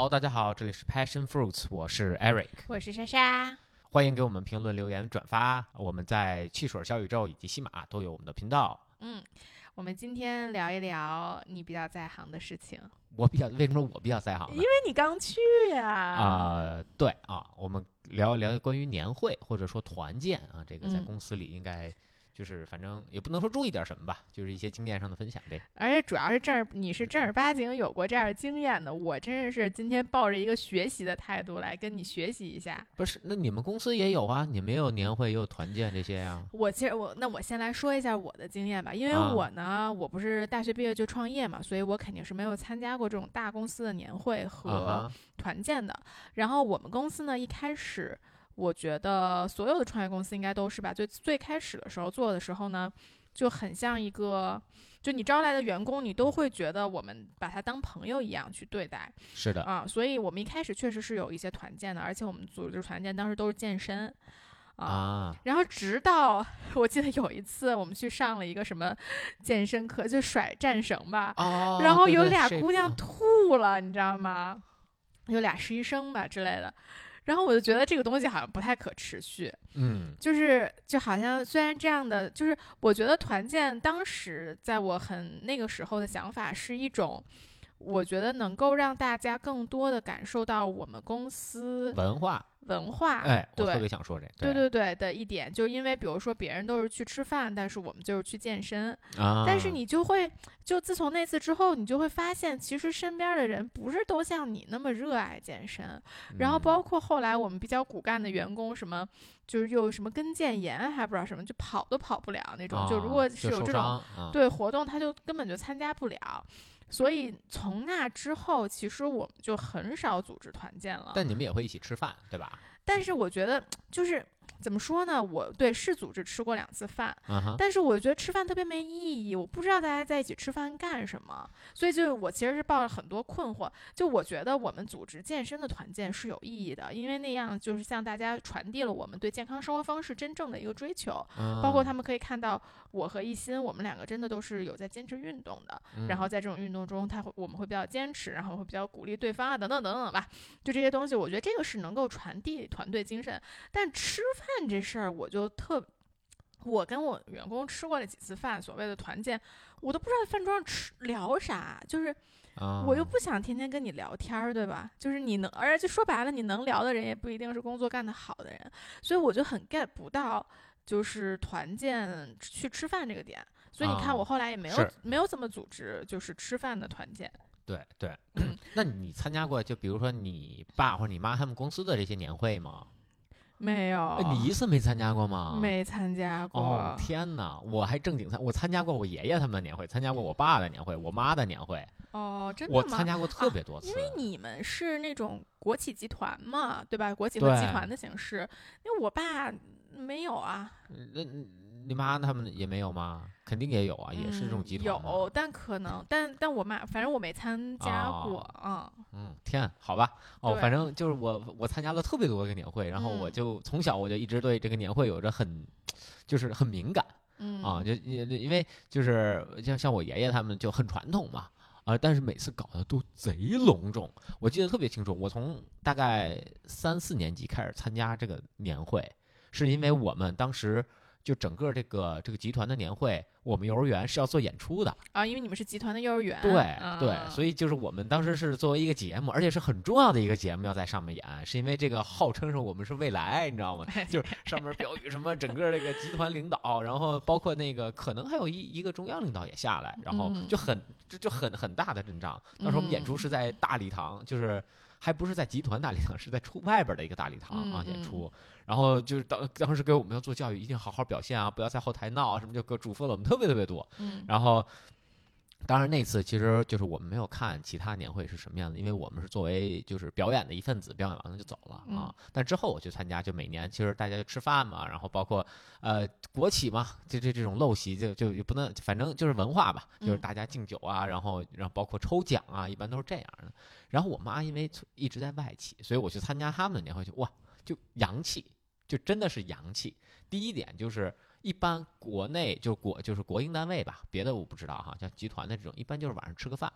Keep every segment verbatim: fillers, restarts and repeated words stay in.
好，大家好，这里是 Passion Fruits， 我是 Eric， 我是莎莎， 欢迎给我们评论、留言、转发。我们在汽水小宇宙以及喜马都有我们的频道。 嗯，我们今天聊一聊你比较在行的事情。 我比较为什么我比较在行呢？ 因为你刚去呀。 啊、呃，对啊，我们聊一聊关于年会或者说团建啊，这个在公司里应该就是反正也不能说注意点什么吧，就是一些经验上的分享呗。 而且主要是正儿，你是正儿八经有过这样的经验的，我真是今天抱着一个学习的态度来跟你学习一下。 不是，那你们公司也有啊？你们也有年会，也有团建这些呀、啊？ 我其实我那我先来说一下我的经验吧，因为我呢，啊、我不是大学毕业就创业嘛，所以我肯定是没有参加过这种大公司的年会和团建的。啊、然后我们公司呢，一开始。我觉得所有的创业公司应该都是吧，最最开始的时候做的时候呢，就很像一个，就你招来的员工，你都会觉得我们把他当朋友一样去对待。 是的啊，所以我们一开始确实是有一些团建的，而且我们组织团建当时都是健身。啊， 啊然后直到我记得有一次我们去上了一个什么健身课，就甩战绳吧， 哦、 然后有俩姑娘吐了，你知道吗？有俩实习生吧之类的。然后我就觉得这个东西好像不太可持续， 嗯， 就是就好像虽然这样的，就是我觉得团建当时在我很那个时候的想法是一种，我觉得能够让大家更多的感受到我们公司文化文化， 哎， 对， 我特别想说这， 对对对的一点，就因为比如说别人都是去吃饭，但是我们就是去健身， 啊， 但是你就会就自从那次之后，你就会发现，其实身边的人不是都像你那么热爱健身，然后包括后来我们比较骨干的员工，什么就是又什么跟腱炎，还不知道什么，就跑都跑不了那种， 啊、 就如果是有这种、 啊、 对活动，他就根本就参加不了。所以从那之后，其实我们就很少组织团建了。 但你们也会一起吃饭，对吧？ 但是我觉得就是怎么说呢，我对是组织吃过两次饭、 uh-huh. 但是我觉得吃饭特别没意义，我不知道大家在一起吃饭干什么，所以就我其实是抱着很多困惑。就我觉得我们组织健身的团建是有意义的，因为那样就是向大家传递了我们对健康生活方式真正的一个追求、 uh-huh. 包括他们可以看到我和一心我们两个真的都是有在坚持运动的、嗯、然后在这种运动中他会我们会比较坚持，然后会比较鼓励对方啊等等等等吧，就这些东西我觉得这个是能够传递团队精神。但吃饭这事儿我就特我跟我员工吃过了几次饭，所谓的团建我都不知道饭桌上吃聊啥，就是我又不想天天跟你聊天，对吧？就是你能，而且说白了你能聊的人也不一定是工作干得好的人，所以我就很 get 不到就是团建去吃饭这个点。所以你看我后来也没有、哦、没有怎么组织就是吃饭的团建。 对对、嗯、那你参加过就比如说你爸或者你妈他们公司的这些年会吗？ 没有。 你一次没参加过吗？ 没参加过。 哦天哪，我还正经参我参加过我爷爷他们的年会，参加过我爸的年会，我妈的年会。 哦，真的吗？ 我参加过特别多次、 啊、因为你们是那种国企集团嘛，对吧？国企和集团的形式。因为我爸没有啊。 那你妈他们也没有吗？肯定也有啊，也是这种集团、 嗯、有，但可能，但但我妈，反正我没参加过啊、 哦。嗯，天，好吧，哦，反正就是我，我参加了特别多个年会，然后我就、嗯、从小我就一直对这个年会有着很，就是很敏感， 嗯啊，就因为就是像像我爷爷他们就很传统嘛，啊，但是每次搞得都贼隆重，我记得特别清楚，我从大概三四年级开始参加这个年会，是因为我们当时。就整个这个这个集团的年会，我们幼儿园是要做演出的啊，因为你们是集团的幼儿园。 对、 啊、 对，所以就是我们当时是作为一个节目，而且是很重要的一个节目要在上面演，是因为这个号称是我们是未来，你知道吗？就是上面标语什么整个这个集团领导，然后包括那个可能还有一一个中央领导也下来，然后就很就就很很大的阵仗。当时我们演出是在大礼堂，就是还不是在集团大礼堂，是在出外边的一个大礼堂啊演出。然后就是当当时给我们要做教育，一定好好表现啊，不要在后台闹啊，什么就嘱咐了我们特别特别多。 嗯， 然后当然那次其实就是我们没有看其他年会是什么样的，因为我们是作为就是表演的一份子，表演完了就走了啊。 嗯、 但之后我去参加，就每年其实大家就吃饭嘛，然后包括呃国企嘛，就这这种陋习就就也不能，反正就是文化吧，就是大家敬酒啊，然后然后包括抽奖啊，一般都是这样的。然后我妈因为一直在外企，所以我去参加他们的年会就哇就洋气。就真的是洋气。第一点就是一般国内就国就是国营单位吧，别的我不知道哈，像集团的这种，一般就是晚上吃个饭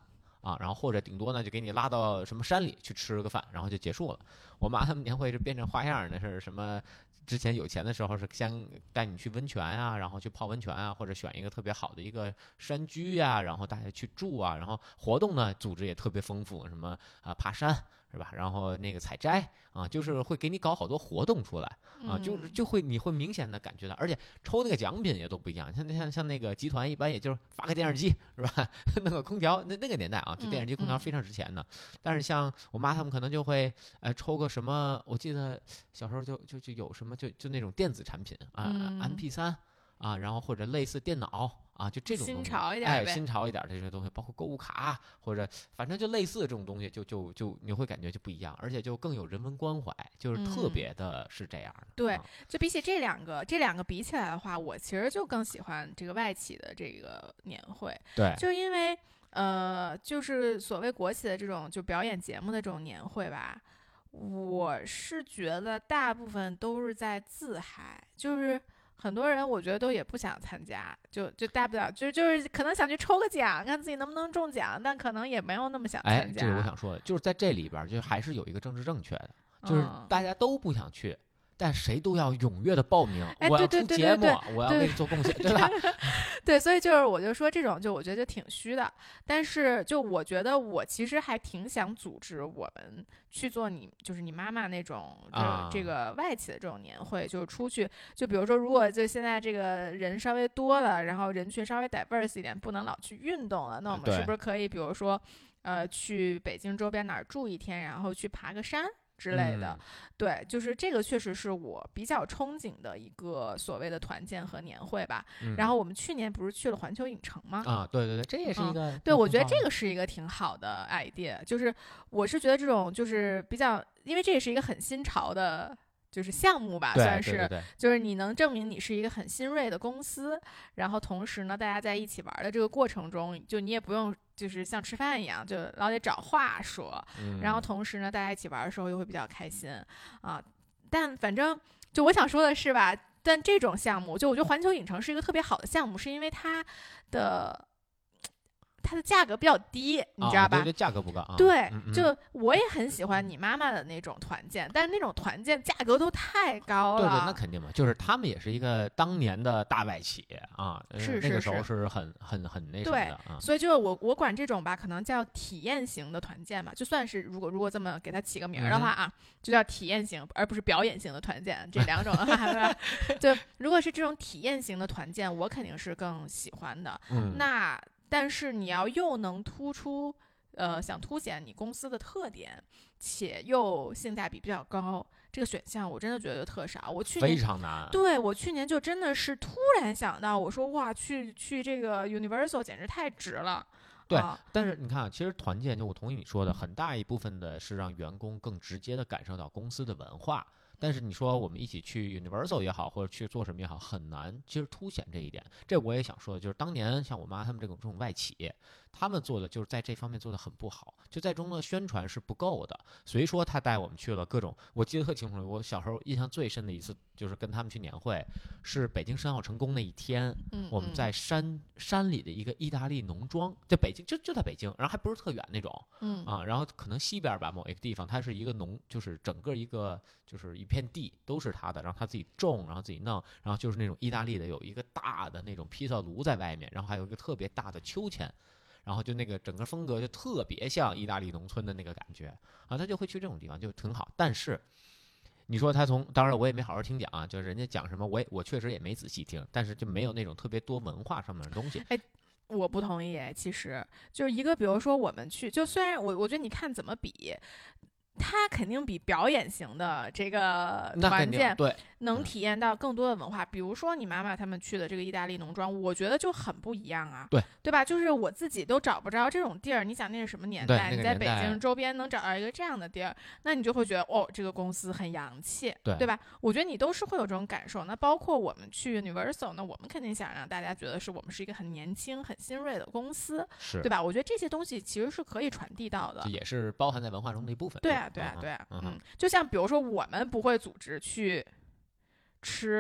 啊，然后或者顶多呢就给你拉到什么山里去吃个饭，然后就结束了。我妈他们年会是变成花样的，是什么？之前有钱的时候是先带你去温泉啊，然后去泡温泉啊，或者选一个特别好的一个山居呀、啊，然后大家去住啊，然后活动呢组织也特别丰富，什么啊爬山是吧？然后那个采摘啊，就是会给你搞好多活动出来啊，就是就会你会明显的感觉到，而且抽那个奖品也都不一样，像像像那个集团一般也就是发个电视机是吧？弄个空调，那那个年代啊，就电视机空调非常值钱的。但是像我妈他们可能就会呃抽个什么，我记得小时候就就就有什么就就那种电子产品啊、嗯、M P 三啊，然后或者类似电脑啊，就这种东西新潮一点， 哎，新潮一点的这些东西，包括购物卡或者反正就类似的这种东西，就就就你会感觉就不一样，而且就更有人文关怀，就是特别的是这样的。 嗯、对，就比起这两个这两个比起来的话，我其实就更喜欢这个外企的这个年会， 对， 就因为呃，就是所谓国企的这种就表演节目的这种年会吧。我是觉得大部分都是在自嗨，就是很多人我觉得都也不想参加，就就大不了就就是可能想去抽个奖，看自己能不能中奖，但可能也没有那么想参加。 哎，这是我想说的，就是在这里边就还是有一个政治正确的，就是大家都不想去。嗯，但谁都要踊跃的报名， 哎、 我要出节目， 对对对对对我要为你做贡献，对吧？ 对，所以就是我就说这种就我觉得挺虚的，但是就我觉得我其实还挺想组织我们去做你就是你妈妈那种这、 啊、 这个外企的这种年会，就是出去，就比如说如果就现在这个人稍微多了，然后人群稍微 diverse 一点，不能老去运动了，那我们是不是可以比如说呃去北京周边哪儿住一天，然后去爬个山之类的、嗯、对，就是这个确实是我比较憧憬的一个所谓的团建和年会吧、嗯、然后我们去年不是去了环球影城吗？ 啊，对对对，这也是一个、 嗯、对，我觉得这个是一个挺好的 idea， 就是我是觉得这种就是比较，因为这也是一个很新潮的就是项目吧，算是， 对对对对， 就是你能证明你是一个很新锐的公司，然后同时呢，大家在一起玩的这个过程中，就你也不用就是像吃饭一样，就老得找话说， 嗯、 然后同时呢，大家一起玩的时候又会比较开心啊。但反正就我想说的是吧，但这种项目，就我觉得环球影城是一个特别好的项目，是因为它的。它的价格比较低，你知道吧？ 啊、对对，价格不高。啊、 对、 嗯嗯， 就我也很喜欢你妈妈的那种团建，但是那种团建价格都太高了。 对对，那肯定嘛，就是他们也是一个当年的大外企啊， 是那个时候是很很很那什么的啊。 所以就是我我管这种吧，可能叫体验型的团建嘛，就算是如果如果这么给它起个名的话啊，嗯、就叫体验型，而不是表演型的团建，这两种的话，对吧？就如果是这种体验型的团建，我肯定是更喜欢的。 嗯， 那。但是你要又能突出，呃，想凸显你公司的特点，且又性价比比较高，这个选项我真的觉得特少。我去年非常难， 对我去年就真的是突然想到，我说哇，去去这个 Universal 简直太值了。 对， 啊、 但是你看，其实团建就我同意你说的，很大一部分的是让员工更直接的感受到公司的文化。但是你说我们一起去 Universal 也好，或者去做什么也好，很难其实凸显这一点。这我也想说的，就是当年像我妈他们这种这种外企，他们做的就是在这方面做的很不好，就在中国的宣传是不够的。所以说他带我们去了各种，我记得特清楚，我小时候印象最深的一次就是跟他们去年会，是北京申奥成功那一天， 嗯、 我们在山山里的一个意大利农庄，在北京就就在北京，然后还不是特远那种， 嗯啊，然后可能西边吧某一个地方，它是一个农，就是整个一个就是一片地都是他的，然后他自己种，然后自己弄，然后就是那种意大利的有一个大的那种披萨炉在外面，然后还有一个特别大的秋千，然后就那个整个风格就特别像意大利农村的那个感觉啊，他就会去这种地方就挺好。但是你说他从，当然我也没好好听讲啊，就是人家讲什么我也我确实也没仔细听，但是就没有那种特别多文化上面的东西。 哎，我不同意，其实就是一个，比如说我们去，就虽然我我觉得你看怎么比。它肯定比表演型的这个团建对能体验到更多的文化，比如说你妈妈他们去的这个意大利农庄，我觉得就很不一样啊， 对对吧？就是我自己都找不着这种地儿，你想那是什么年代？ 那个、年代你在北京周边能找到一个这样的地儿，那你就会觉得哦，这个公司很洋气， 对对吧？我觉得你都是会有这种感受。那包括我们去 Universal， 那我们肯定想让大家觉得是我们是一个很年轻、很新锐的公司， 是对吧？我觉得这些东西其实是可以传递到的， 也是包含在文化中的一部分。 对啊，对啊，对啊， 嗯。 嗯，就像比如说我们不会组织去吃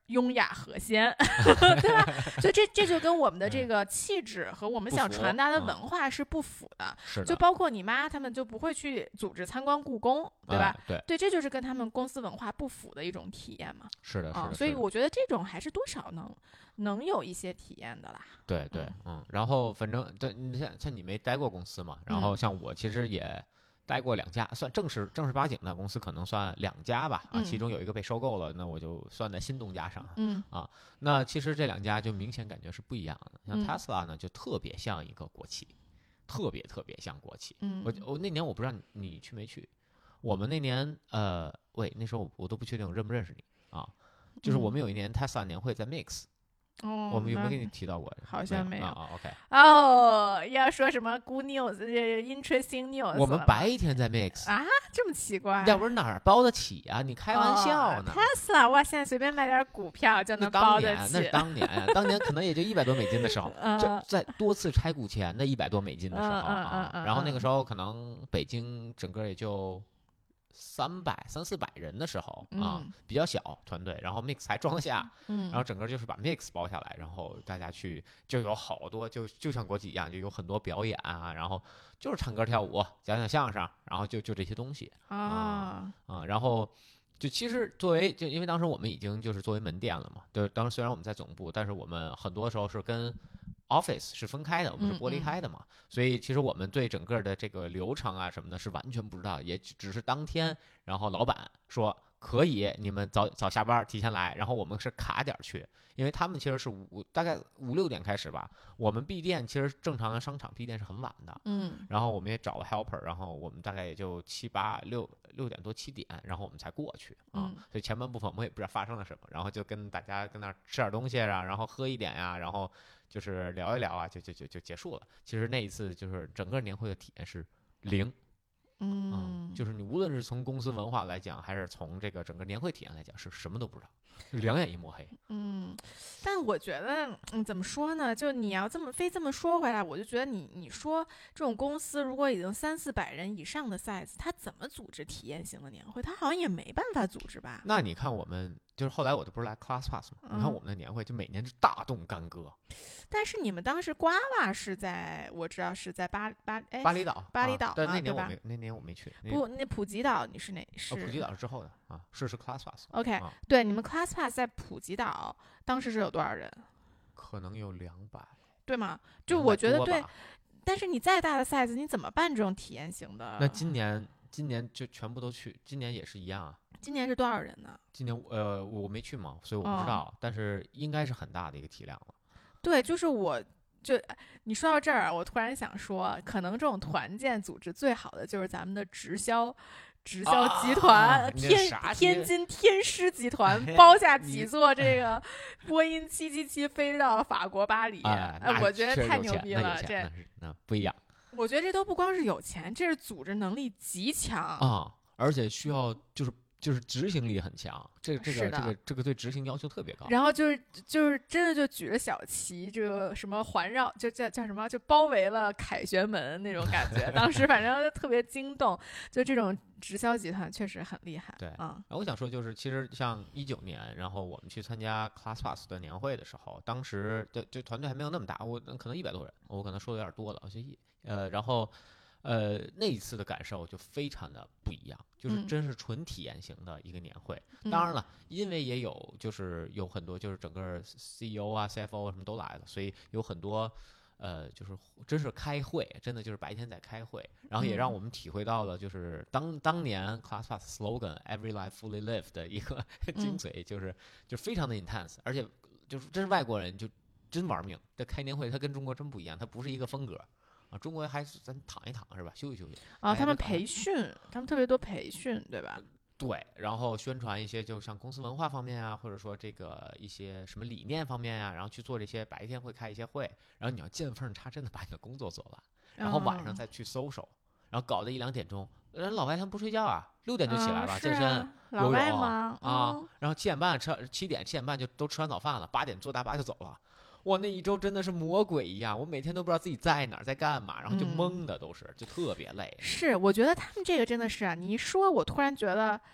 庸雅和仙，对吧？所以这这就跟我们的这个气质和我们想传达的文化是不符的。 是的， 就包括你妈他们就不会去组织参观故宫，对吧？ 哎、对对，这就是跟他们公司文化不符的一种体验嘛。 是的，是的。 啊、所以我觉得这种还是多少能能有一些体验的啦。 对对，嗯。嗯然后反正对，你像像你没待过公司嘛，然后像我其实也。待过两家，算正式正儿八经的公司，可能算两家吧。啊，其中有一个被收购了，那我就算在新东家上。 嗯啊，那其实这两家就明显感觉是不一样的。像 Tesla 呢，就特别像一个国企，特别特别像国企。 嗯， 我我那年我不知道你你去没去，我们那年呃，喂，那时候我我都不确定我认不认识你啊。就是我们有一年 Tesla 年会在 Mix。 哦， 我们有没有跟你提到过？ 好像没有。 啊 ，OK。 哦，要说什么 good news、interesting news？ 我们白天在 Mix 啊，这么奇怪？ 要不然哪儿包得起啊？你开玩笑呢、 哦、？Tesla， 哇，现在随便买点股票就能包得起。 那是当年，那是当年，当年可能也就一百多美金的时候，就在多次拆股前的一百多美金的时候啊。然后那个时候可能北京整个也就。三百三四百人的时候啊， 嗯、 比较小团队，然后 Mix 还装得下， 嗯， 然后整个就是把 Mix 包下来，然后大家去就有好多就就像国企一样，就有很多表演啊，然后就是唱歌跳舞、讲讲相声，然后就就这些东西啊啊，然后就其实作为就因为当时我们已经就是作为门店了嘛，对，当时虽然我们在总部，但是我们很多时候是跟Office 是分开的，我们是剥离开的嘛， 嗯嗯所以其实我们对整个的这个流程啊什么的是完全不知道，也只是当天，然后老板说可以，你们早早下班提前来，然后我们是卡点去，因为他们其实是五大概五六点开始吧，我们闭店其实正常的商场闭店是很晚的， 嗯， 然后我们也找了 helper， 然后我们大概也就七八六六点多七点，然后我们才过去啊， 嗯、 所以前半部分我们也不知道发生了什么，然后就跟大家跟那儿吃点东西啊，然后喝一点呀、啊，然后。就是聊一聊啊，就就就就结束了。其实那一次就是整个年会的体验是零， 嗯， 嗯，就是你无论是从公司文化来讲，还是从这个整个年会体验来讲，是什么都不知道，两眼一抹黑。 嗯，但我觉得，嗯，怎么说呢？就你要这么非这么说回来，我就觉得你你说这种公司如果已经三四百人以上的 size， 它怎么组织体验型的年会？它好像也没办法组织吧？ 那你看我们就是后来我这不是来 ClassPass 吗？ 嗯、 你看我们的年会就每年是大动干戈。 但是你们当时瓜娃是在我知道是在巴巴哎巴厘岛， 巴厘岛、 啊，但那年我没那年我没去。 不，那普吉岛你是哪是？ 哦、普吉岛是之后的啊，是是 ClassPass。 OK，、 啊、 对，你们 ClassPass 在普吉岛当时是有多少人？ 可能有两百， 对吗？就我觉得对，但是你再大的 size， 你怎么办这种体验型的？ 那今年今年就全部都去，今年也是一样啊。 今年是多少人呢？ 今年呃我没去嘛，所以我不知道，哦、但是应该是很大的一个体量了。 对，就是我。就你说到这儿，我突然想说，可能这种团建组织最好的就是咱们的直销，直销集团， 啊、 天天津天狮集团包下几座这个波音七七七飞到法国巴黎， 哎， 我觉得太牛逼了，这那那不一样。 我觉得这都不光是有钱，这是组织能力极强啊，而且需要就是。就是执行力很强，这个这个这个这个对执行要求特别高。 然后就是就是真的就举着小旗，这个什么环绕，就叫叫什么，就包围了凯旋门那种感觉。当时反正特别惊动，就这种直销集团确实很厉害。 对啊、 嗯，我想说就是，其实像一九年，然后我们去参加 ClassPass 的年会的时候，当时的这团队还没有那么大，我可能一百多人，我可能说的有点多了，我觉得呃，然后。呃，那一次的感受就非常的不一样，就是真是纯体验型的一个年会。 嗯、 当然了，因为也有就是有很多就是整个 C E O 啊、C F O 什么都来了，所以有很多呃，就是真是开会，真的就是白天在开会，然后也让我们体会到了就是当当年 ClassPass slogan Every Life Fully Live 的一个精髓，就是就非常的 intense， 而且就是真是外国人就真玩命。这开年会它跟中国真不一样，它不是一个风格。啊，中国还是咱躺一躺是吧？休息休息啊。他们培训，他们特别多培训，对吧？ 对，然后宣传一些，就像公司文化方面啊，或者说这个一些什么理念方面啊，然后去做这些。白天会开一些会，然后你要见缝插针的把你的工作做完，然后晚上再去social，然后搞得一两点钟，人老外他们不睡觉啊，六点就起来了， 啊、 健身、 老外游泳吗？ 啊， 嗯、 然后七点半吃，七点七点半就都吃完早饭了，八点坐大巴就走了。哇，那一周真的是魔鬼一样，我每天都不知道自己在哪儿，在干嘛，然后就懵的都是，嗯、就特别累。 是，我觉得他们这个真的是啊，你一说，我突然觉得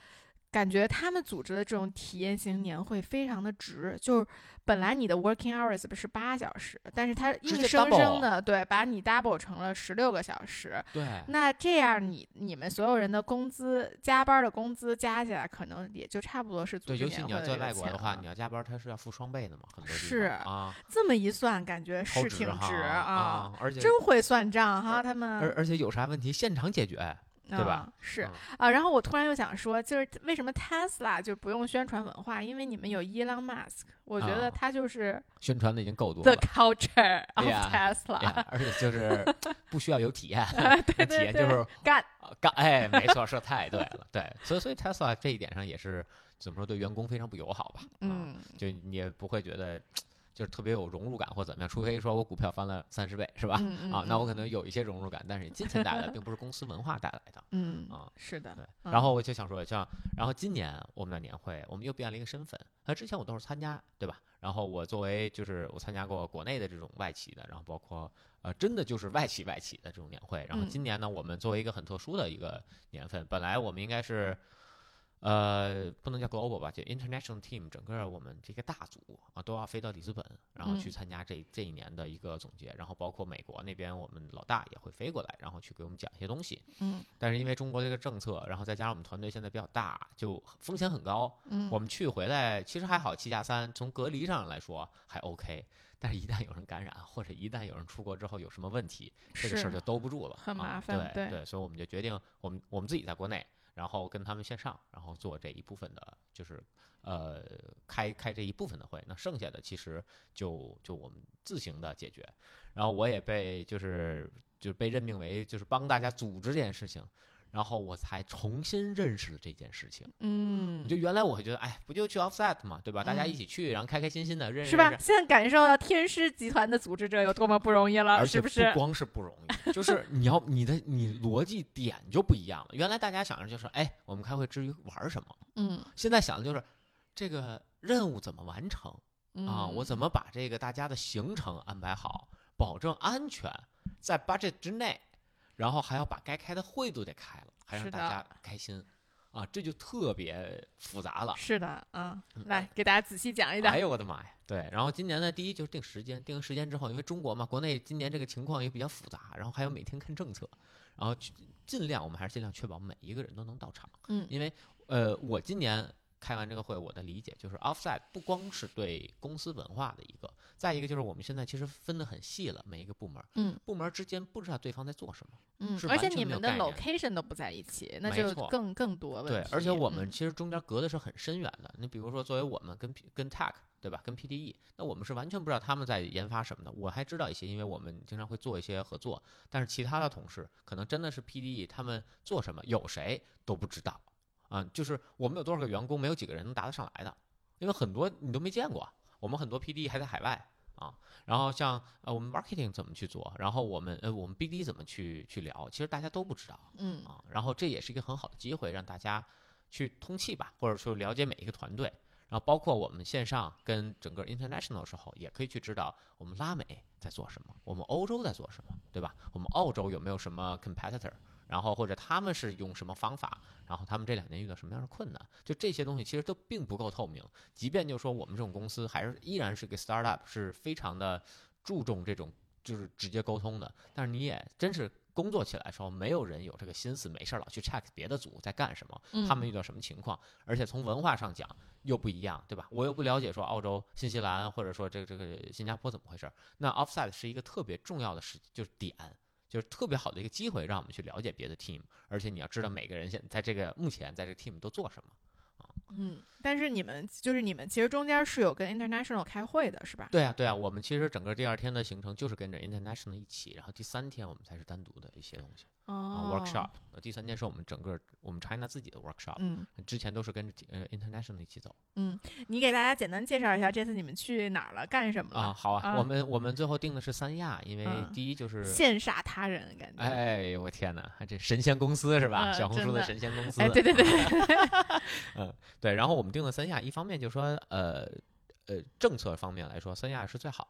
感觉他们组织的这种体验型年会非常的值，就是本来你的 working hours 不是八小时，但是他硬生生的对把你 double 成了十六个小时。 对， 那这样你你们所有人的工资加班的工资加起来，可能也就差不多是组织年会的对，尤其你要在外国的话， 钱你要加班，他是要付双倍的嘛，很多地方是啊。 这么一算，感觉是挺值啊， 啊， 而且真会算账哈，他们。 而而且有啥问题现场解决。对吧？ 嗯、是、 嗯、 啊，然后我突然又想说，就是为什么 Tesla 就不用宣传文化？因为你们有 Elon Musk， 我觉得他就是、 啊、宣传的已经够多了。 The culture of Tesla，、 yeah, yeah, 而且就是不需要有体验， 对对对， 体验就是干干。哎，没错，说太对了，对，所以所以 Tesla 这一点上也是怎么说，对员工非常不友好吧？ 嗯， 啊、就你也不会觉得。就是特别有融入感或怎么样，除非说我股票翻了三十倍，是吧？ 嗯嗯、 啊，那我可能有一些融入感，但是金钱带来的并不是公司文化带来的。 嗯啊， 是的。 对。 嗯、 然后我就想说，像然后今年我们的年会，我们又变了一个身份。那之前我都是参加，对吧？然后我作为就是我参加过国内的这种外企的，然后包括呃真的就是外企外企的这种年会。然后今年呢，我们作为一个很特殊的一个年份，本来我们应该是。呃，不能叫 global 吧，就 international team， 整个我们这个大组啊都要飞到里斯本，然后去参加这、嗯、这一年的一个总结，然后包括美国那边我们老大也会飞过来，然后去给我们讲一些东西。 嗯， 但是因为中国这个政策，然后再加上我们团队现在比较大，就风险很高。 嗯， 我们去回来其实还好，七加三，从隔离上来说还 OK。但是，一旦有人感染，或者一旦有人出国之后有什么问题，这个事儿就兜不住了， 很麻烦。 啊、对对, 对，所以我们就决定，我们我们自己在国内。然后跟他们线上，然后做这一部分的，就是呃开开这一部分的会，那剩下的其实就就我们自行的解决。然后我也被就是就被任命为就是帮大家组织这件事情，然后我才重新认识了这件事情。 嗯， 就原来我会觉得，哎，不就去 offset 嘛，对吧？大家一起去，然后开开心心的认识， 是吧？现在感受到天狮集团的组织者有多么不容易了，是不是？ 不光是不容易，就是你要你的你逻辑点就不一样了。原来大家想着就是，哎，我们开会至于玩什么？ 嗯， 现在想的就是这个任务怎么完成啊？ 嗯、 我怎么把这个大家的行程安排好，保证安全，在 budget 之内。然后还要把该开的会都得开了，还让大家开心，啊，这就特别复杂了。 是的，啊，来给大家仔细讲一讲。 哎呦我的妈呀！对，然后今年呢，第一就是定时间，定时间之后，因为中国嘛，国内今年这个情况也比较复杂，然后还有每天看政策，然后尽量我们还是尽量确保每一个人都能到场。 嗯， 因为呃，我今年开完这个会，我的理解就是 offsite 不光是对公司文化的一个，再一个就是我们现在其实分得很细了，每一个部门， 嗯， 部门之间不知道对方在做什么。 嗯，而且你们的 location 都不在一起，那就更更多问题。 对，而且我们其实中间隔的是很深远的。你比如说，作为我们跟跟 Tech 对吧，跟 P D E， 那我们是完全不知道他们在研发什么的。我还知道一些，因为我们经常会做一些合作。但是其他的同事可能真的是 P D E， 他们做什么有谁都不知道啊。就是我们有多少个员工，没有几个人能答得上来的，因为很多你都没见过。我们很多 P D E 还在海外。啊，然后像呃我们 marketing 怎么去做，然后我们呃我们 B D 怎么去去聊，其实大家都不知道， 嗯啊，然后这也是一个很好的机会，让大家去通气吧，或者说了解每一个团队，然后包括我们线上跟整个 international 的时候，也可以去知道我们拉美在做什么，我们欧洲在做什么，对吧？我们澳洲有没有什么 competitor？然后或者他们是用什么方法，然后他们这两年遇到什么样的困难，就这些东西其实都并不够透明。即便就说我们这种公司还是依然是个 startup， 是非常的注重这种就是直接沟通的，但是你也真是工作起来的时候，没有人有这个心思，没事老去 check 别的组在干什么，他们遇到什么情况，而且从文化上讲又不一样，对吧？我又不了解说澳洲、新西兰或者说这个这个新加坡怎么回事，那 offsite 是一个特别重要的事，就是点。就是特别好的一个机会，让我们去了解别的 team， 而且你要知道每个人现在这个目前在这个 team 都做什么啊。 嗯，但是你们就是你们其实中间是有跟 international 开会的，是吧？ 对啊，对啊，我们其实整个第二天的行程就是跟着 international 一起，然后第三天我们才是单独的一些东西。 哦、 uh, workshop， 第三天是我们整个我们 China 自己的 workshop， 嗯， 之前都是跟着呃 international 一起走。 嗯，你给大家简单介绍一下这次你们去哪儿了，干什么了？ 啊，好啊， 啊我们我们最后定的是三亚，因为第一就是羡煞他人感觉。 哎，我天哪，这神仙公司是吧？ 嗯、 小红书的神仙公司。 哎，对对对。 嗯，对，然后我们定的三亚，一方面就说呃呃政策方面来说，三亚是最好的。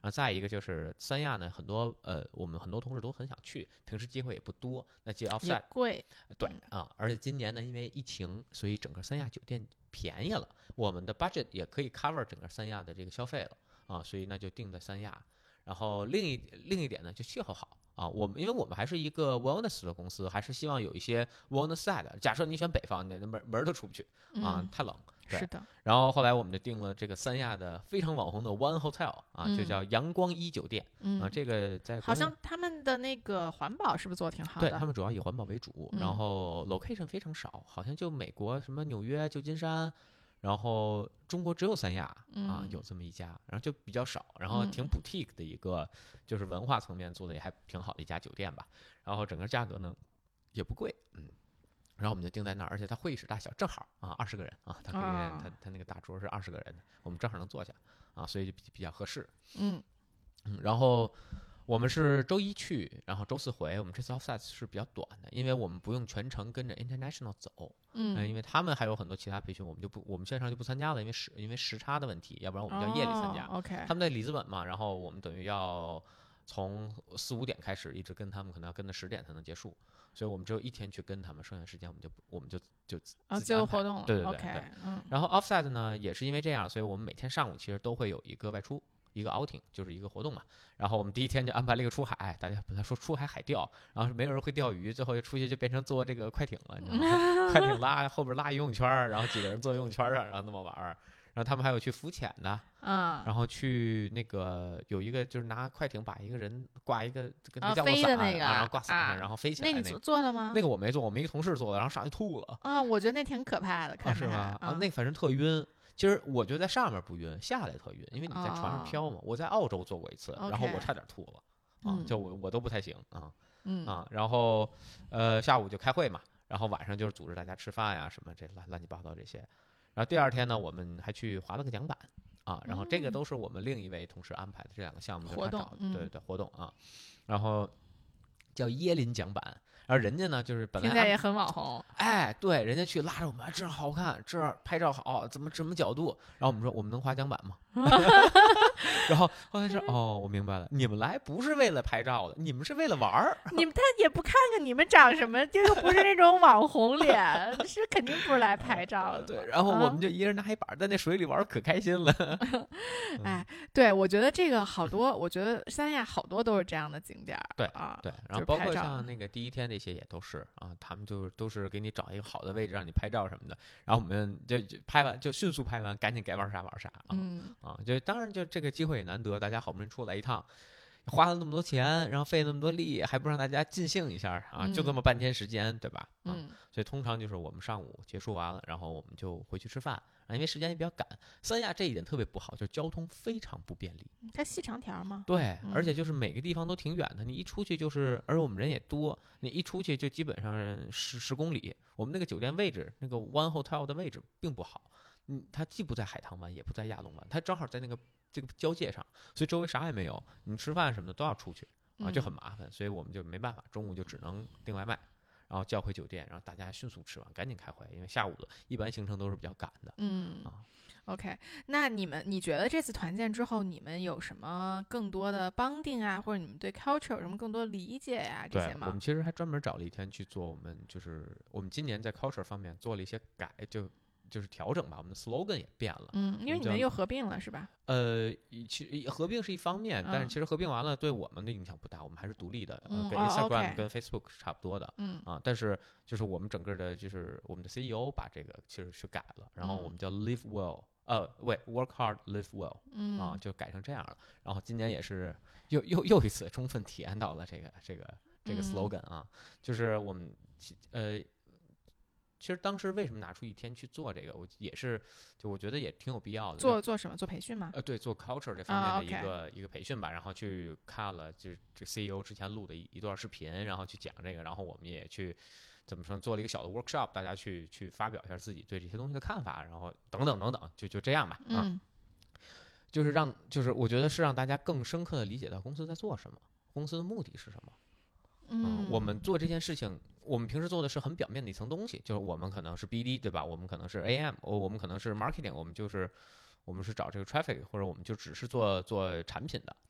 然后再一个就是三亚呢，很多呃我们很多同事都很想去，平时机会也不多，那接 offsite 也贵， 对啊，而且今年呢因为疫情，所以整个三亚酒店便宜了，我们的 budget 也可以 cover 整个三亚的这个消费了啊，所以那就定在三亚。然后另一另一点呢，就气候好啊，我们因为我们还是一个 wellness 的公司，还是希望有一些 wellness side。假设你选北方，你门门都出不去啊， 嗯、 太冷。 是的。 然后后来我们就定了这个三亚的非常网红的 One Hotel 啊， 嗯、 就叫阳光一酒店、 嗯、 啊，这个在好像他们的那个环保是不是做的挺好的？ 对他们主要以环保为主， 嗯、 然后 location 非常少，好像就美国什么纽约、旧金山。然后中国只有三亚啊，有这么一家，然后就比较少，然后挺 boutique 的一个，就是文化层面做的也还挺好的一家酒店吧。然后整个价格呢也不贵，嗯。然后我们就定在那儿，而且它会议室大小正好啊，二十个人啊，他可以他他那个大桌是二十个人，我们正好能坐下啊，所以就比比较合适。 嗯嗯，然后。我们是周一去，然后周四回。我们这次 offsite 是比较短的，因为我们不用全程跟着 international 走， 嗯、 呃，因为他们还有很多其他培训，我们就不，我们线上就不参加了，因为时因为时差的问题，要不然我们要夜里参加。 哦、OK， 他们在里斯本嘛，然后我们等于要从四五点开始，一直跟他们，可能要跟到十点才能结束，所以我们只有一天去跟他们，剩下时间我们就我们就就啊自由活动了， 对对对 okay， 对。 嗯、 然后 offsite 呢，也是因为这样，所以我们每天上午其实都会有一个外出。一个 outing 就是一个活动嘛，然后我们第一天就安排了一个出海，大家本来说出海海钓，然后是没有人会钓鱼，最后就出去就变成坐这个快艇了，你知道吗？快艇拉后边拉游泳圈，然后几个人坐游泳圈上，然后那么玩儿。然后他们还有去浮潜的， 啊， 然后去那个有一个就是拿快艇把一个人挂一个跟那降落伞， 那个， 然后挂伞上， 啊、 然后飞起来、 那那个。 你做了吗？ 那个我没做，我们一个同事做的，然后上去吐了。 啊，我觉得那挺可怕的，看啊、是吗？ 啊， 那反正特晕。其实我觉得在上面不晕，下来特晕，因为你在船上飘嘛。 哦、 我在澳洲做过一次， okay， 然后我差点吐了，啊， 嗯、 就我我都不太行啊， 嗯啊，然后呃下午就开会嘛，然后晚上就是组织大家吃饭呀什么这乱乱七八糟这些，然后第二天呢我们还去滑了个桨板啊，然后这个都是我们另一位同事安排的这两个项目活动， 嗯、对对活动啊，然后叫椰林桨板。然后人家呢，就是本来听起来也很网红， 哎，对，人家去拉着我们，这儿好看，这儿拍照好，怎么什么角度？然后我们说，我们能滑桨板吗？然后后来是哦，我明白了，你们来不是为了拍照的，你们是为了玩儿。 你们他也不看看你们长什么，就又不是那种网红脸，是肯定不是来拍照的。 对，然后我们就一人拿一板，在那水里玩可开心了。 哎，对，我觉得这个好多，我觉得三亚好多都是这样的景点儿。 对啊， 对，然后包括像那个第一天那些也都是啊，他们就都是给你找一个好的位置让你拍照什么的，然后我们就就拍完就迅速拍完，赶紧该玩啥玩啥啊。 嗯啊，就当然就这个机会也难得，大家好不容易出来一趟，花了那么多钱，然后费那么多力，还不让大家尽兴一下啊，就这么半天时间，对吧？啊， 嗯， 所以通常就是我们上午结束完了，然后我们就回去吃饭啊，因为时间也比较赶。三亚这一点特别不好，就是交通非常不便利。 它细长条吗？ 对， 嗯、 而且就是每个地方都挺远的，你一出去就是，而我们人也多，你一出去就基本上十十公里。我们那个酒店位置，那个 One Hotel 的位置并不好。嗯，它既不在海棠湾，也不在亚龙湾，它正好在那个这个交界上，所以周围啥也没有，你吃饭什么的都要出去啊，就很麻烦，所以我们就没办法，中午就只能订外卖，然后叫回酒店，然后大家迅速吃完，赶紧开会，因为下午的一般行程都是比较赶的。 嗯啊 ，OK， 那你们你觉得这次团建之后，你们有什么更多的 bonding 啊，或者你们对 culture 有什么更多理解呀、啊？这些吗？ 对，我们其实还专门找了一天去做，我们就是我们今年在 culture 方面做了一些改，就。就是调整吧，我们的 slogan 也变了。 嗯，因为你们又合并了是吧？ 呃，其实合并是一方面， 嗯、 但是其实合并完了对我们的影响不大，我们还是独立的， 嗯、 呃，跟 Instagram、 哦、 跟 Facebook 是差不多的。 嗯啊，但是就是我们整个的，就是我们的 C E O 把这个其实是改了，然后我们叫 Live Well，、嗯、呃，喂 ，Work Hard Live Well， 嗯啊，就改成这样了。然后今年也是又又又一次充分体验到了这个这个这个 slogan 啊， 嗯、 就是我们呃。其实当时为什么拿出一天去做这个，我也是，就我觉得也挺有必要的。 做做什么？做培训吗？ 呃，对，做 culture 这方面的一个、 oh, okay. 一个培训吧，然后去看了，就是这 C E O 之前录的一一段视频，然后去讲这个，然后我们也去怎么说，做了一个小的 workshop， 大家去去发表一下自己对这些东西的看法，然后等等等等，就就这样吧。啊、 嗯， 就是让，就是我觉得是让大家更深刻的理解到公司在做什么，公司的目的是什么。 嗯， 我们做这件事情，我们平时做的是很表面的一层东西，就是我们可能是 B D 对吧？我们可能是 A M， 我们可能是 marketing， 我们就是我们是找这个 traffic， 或者我们就只是做做产品的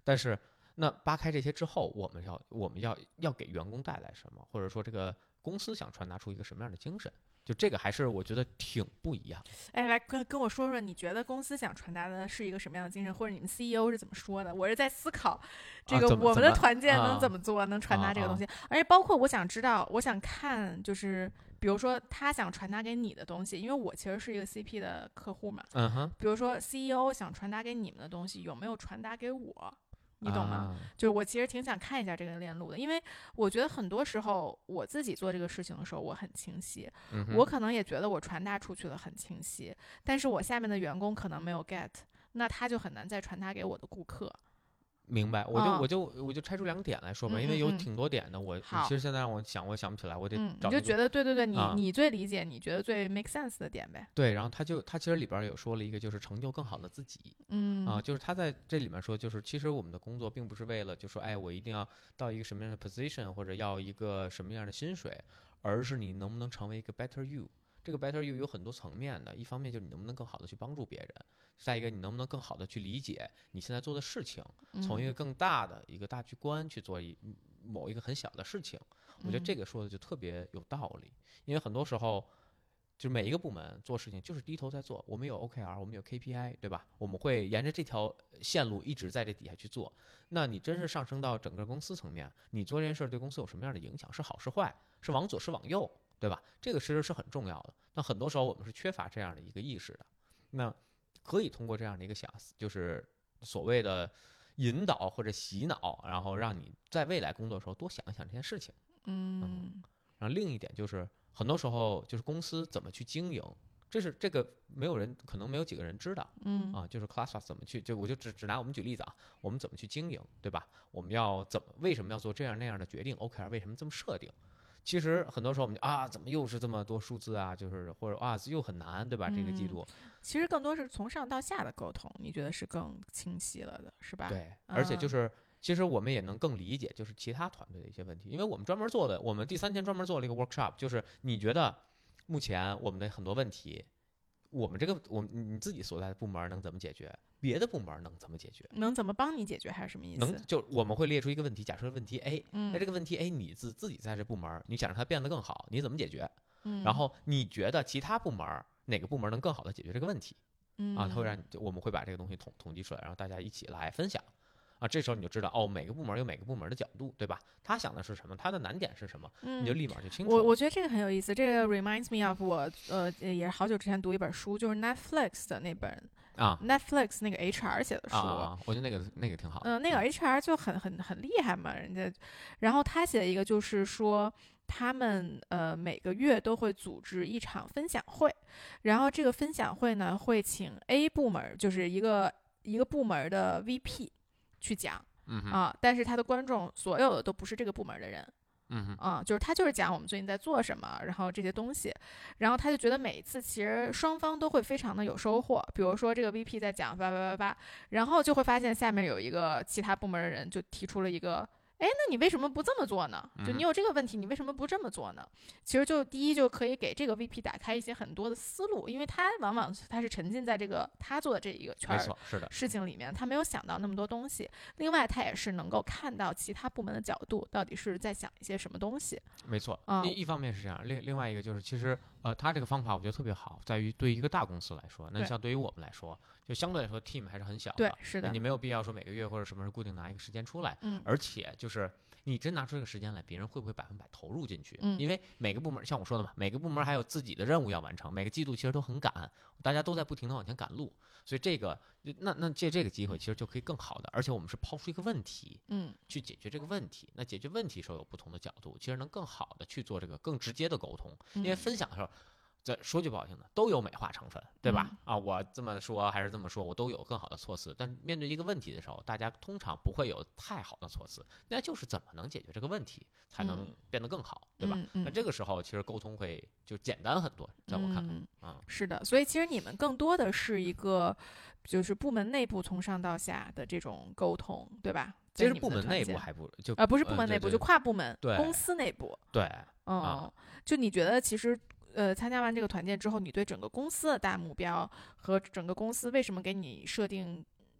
但是那扒开这些之后，我们要我们要要给员工带来什么，或者说这个公司想传达出一个什么样的精神？就这个还是我觉得挺不一样。 哎，来跟跟我说说，你觉得公司想传达的是一个什么样的精神，或者你们 C E O 是怎么说的？我是在思考这个我们的团建能怎么做，啊、能传达这个东西。啊啊、而且包括我想知道，我想看就是。比如说他想传达给你的东西，因为我其实是一个 C P 的客户嘛， 嗯哼。 比如说 C E O 想传达给你们的东西，有没有传达给我？你懂吗？ 啊、 就是我其实挺想看一下这个链路的，因为我觉得很多时候我自己做这个事情的时候，我很清晰， 嗯、 我可能也觉得我传达出去的很清晰，但是我下面的员工可能没有 get， 那他就很难再传达给我的顾客。 明白，我就、 哦、 我就我就拆出两点来说吧， 嗯嗯嗯， 因为有挺多点的，我其实现在让我想，我想不起来，我得嗯， 找、 你就觉得对对对，你、 啊、 你最理解，你觉得最 make sense 的点呗。 对，然后他就他其实里边有说了一个，就是成就更好的自己。 嗯啊，就是他在这里面说，就是其实我们的工作并不是为了就说，哎，我一定要到一个什么样的 position 或者要一个什么样的薪水，而是你能不能成为一个 better you。这个 better you 有很多层面的，一方面就是你能不能更好的去帮助别人，再一个你能不能更好的去理解你现在做的事情，从一个更大的一个大局观去做一某一个很小的事情。我觉得这个说的就特别有道理，因为很多时候就是每一个部门做事情就是低头在做，我们有 O K R， 我们有 K P I， 对吧？我们会沿着这条线路一直在这底下去做。那你真是上升到整个公司层面，你做这件事对公司有什么样的影响？是好是坏？是往左是往右？对吧？这个其实是很重要的。那很多时候我们是缺乏这样的一个意识的。那可以通过这样的一个想，就是所谓的引导或者洗脑，然后让你在未来工作的时候多想一想这件事情。 嗯， 嗯然后另一点就是很多时候就是公司怎么去经营，这是这个没有人可能没有几个人知道。 嗯啊，就是 ClassPass 怎么去，就我就只只拿我们举例子啊，我们怎么去经营，对吧？我们要怎么为什么要做这样那样的决定 ？O K R 为什么这么设定？其实很多时候我们就啊，怎么又是这么多数字啊？就是或者啊又很难，对吧？这个记录、 嗯、其实更多是从上到下的沟通，你觉得是更清晰了的，是吧？ 对，而且就是、嗯、其实我们也能更理解，就是其他团队的一些问题，因为我们专门做的，我们第三天专门做了一个 workshop， 就是你觉得目前我们的很多问题，我们这个我们你自己所在的部门能怎么解决？别的部门能怎么解决？ 能怎么帮你解决还是什么意思？ 能就我们会列出一个问题，假设问题 A，、 嗯、 那这个问题 A 你自自己在这部门，你想让它变得更好，你怎么解决？ 嗯、 然后你觉得其他部门哪个部门能更好的解决这个问题？ 嗯、 啊，它会让我们会把这个东西统统计出来，然后大家一起来分享。啊，这时候你就知道哦，每个部门有每个部门的角度，对吧？他想的是什么？他的难点是什么？ 嗯、 你就立马就清楚。 我我觉得这个很有意思，这个 reminds me of 我呃也是好久之前读一本书，就是 Netflix 的那本啊 ，Netflix 那个 H R 写的书。 啊，我觉得那个那个挺好。 嗯、呃，那个 H R 就很很很厉害嘛，人家。然后他写了一个，就是说他们呃每个月都会组织一场分享会，然后这个分享会呢会请 A 部门，就是一个一个部门的 V P 去讲。 嗯啊，但是他的观众所有的都不是这个部门的人， 嗯啊，就是他就是讲我们最近在做什么，然后这些东西，然后他就觉得每一次其实双方都会非常的有收获。比如说这个 V P 在讲叭叭叭叭，然后就会发现下面有一个其他部门的人就提出了一个。哎，那你为什么不这么做呢？就你有这个问题，你为什么不这么做呢？其实就第一就可以给这个 V P 打开一些很多的思路，因为他往往他是沉浸在这个他做的这一个圈儿事情里面，他没有想到那么多东西。另外，他也是能够看到其他部门的角度到底是在想一些什么东西。 没错， 嗯、 一一方面是这样，另另外一个就是其实呃，他这个方法我觉得特别好，在于对于一个大公司来说，那像对于我们来说，就相对来说 team 还是很小的， 对，是的， 你没有必要说每个月或者什么时候固定拿一个时间出来， 嗯， 而且就是你真拿出这个时间来，别人会不会百分百投入进去？ 嗯， 因为每个部门像我说的嘛，每个部门还有自己的任务要完成，每个季度其实都很赶，大家都在不停的往前赶路，所以这个那那借这个机会其实就可以更好的，而且我们是抛出一个问题， 嗯， 去解决这个问题。那解决问题时候有不同的角度，其实能更好的去做这个更直接的沟通，因为分享的时候。这说句不好听的，都有美化成分，对吧？ 嗯、 啊，我这么说还是这么说，我都有更好的措辞。但面对一个问题的时候，大家通常不会有太好的措辞，那就是怎么能解决这个问题，才能变得更好， 嗯、 对吧？ 嗯嗯、 那这个时候其实沟通会就简单很多，在我看看， 嗯， 啊， 是的。所以其实你们更多的是一个，就是部门内部从上到下的这种沟通，对吧？ 其实部门内部还不就啊、呃，不是部门内部， 呃、 就跨部门， 对公司内部， 对， 嗯， 啊、 就你觉得其实。呃，参加完这个团建之后，你对整个公司的大目标和整个公司为什么给你设定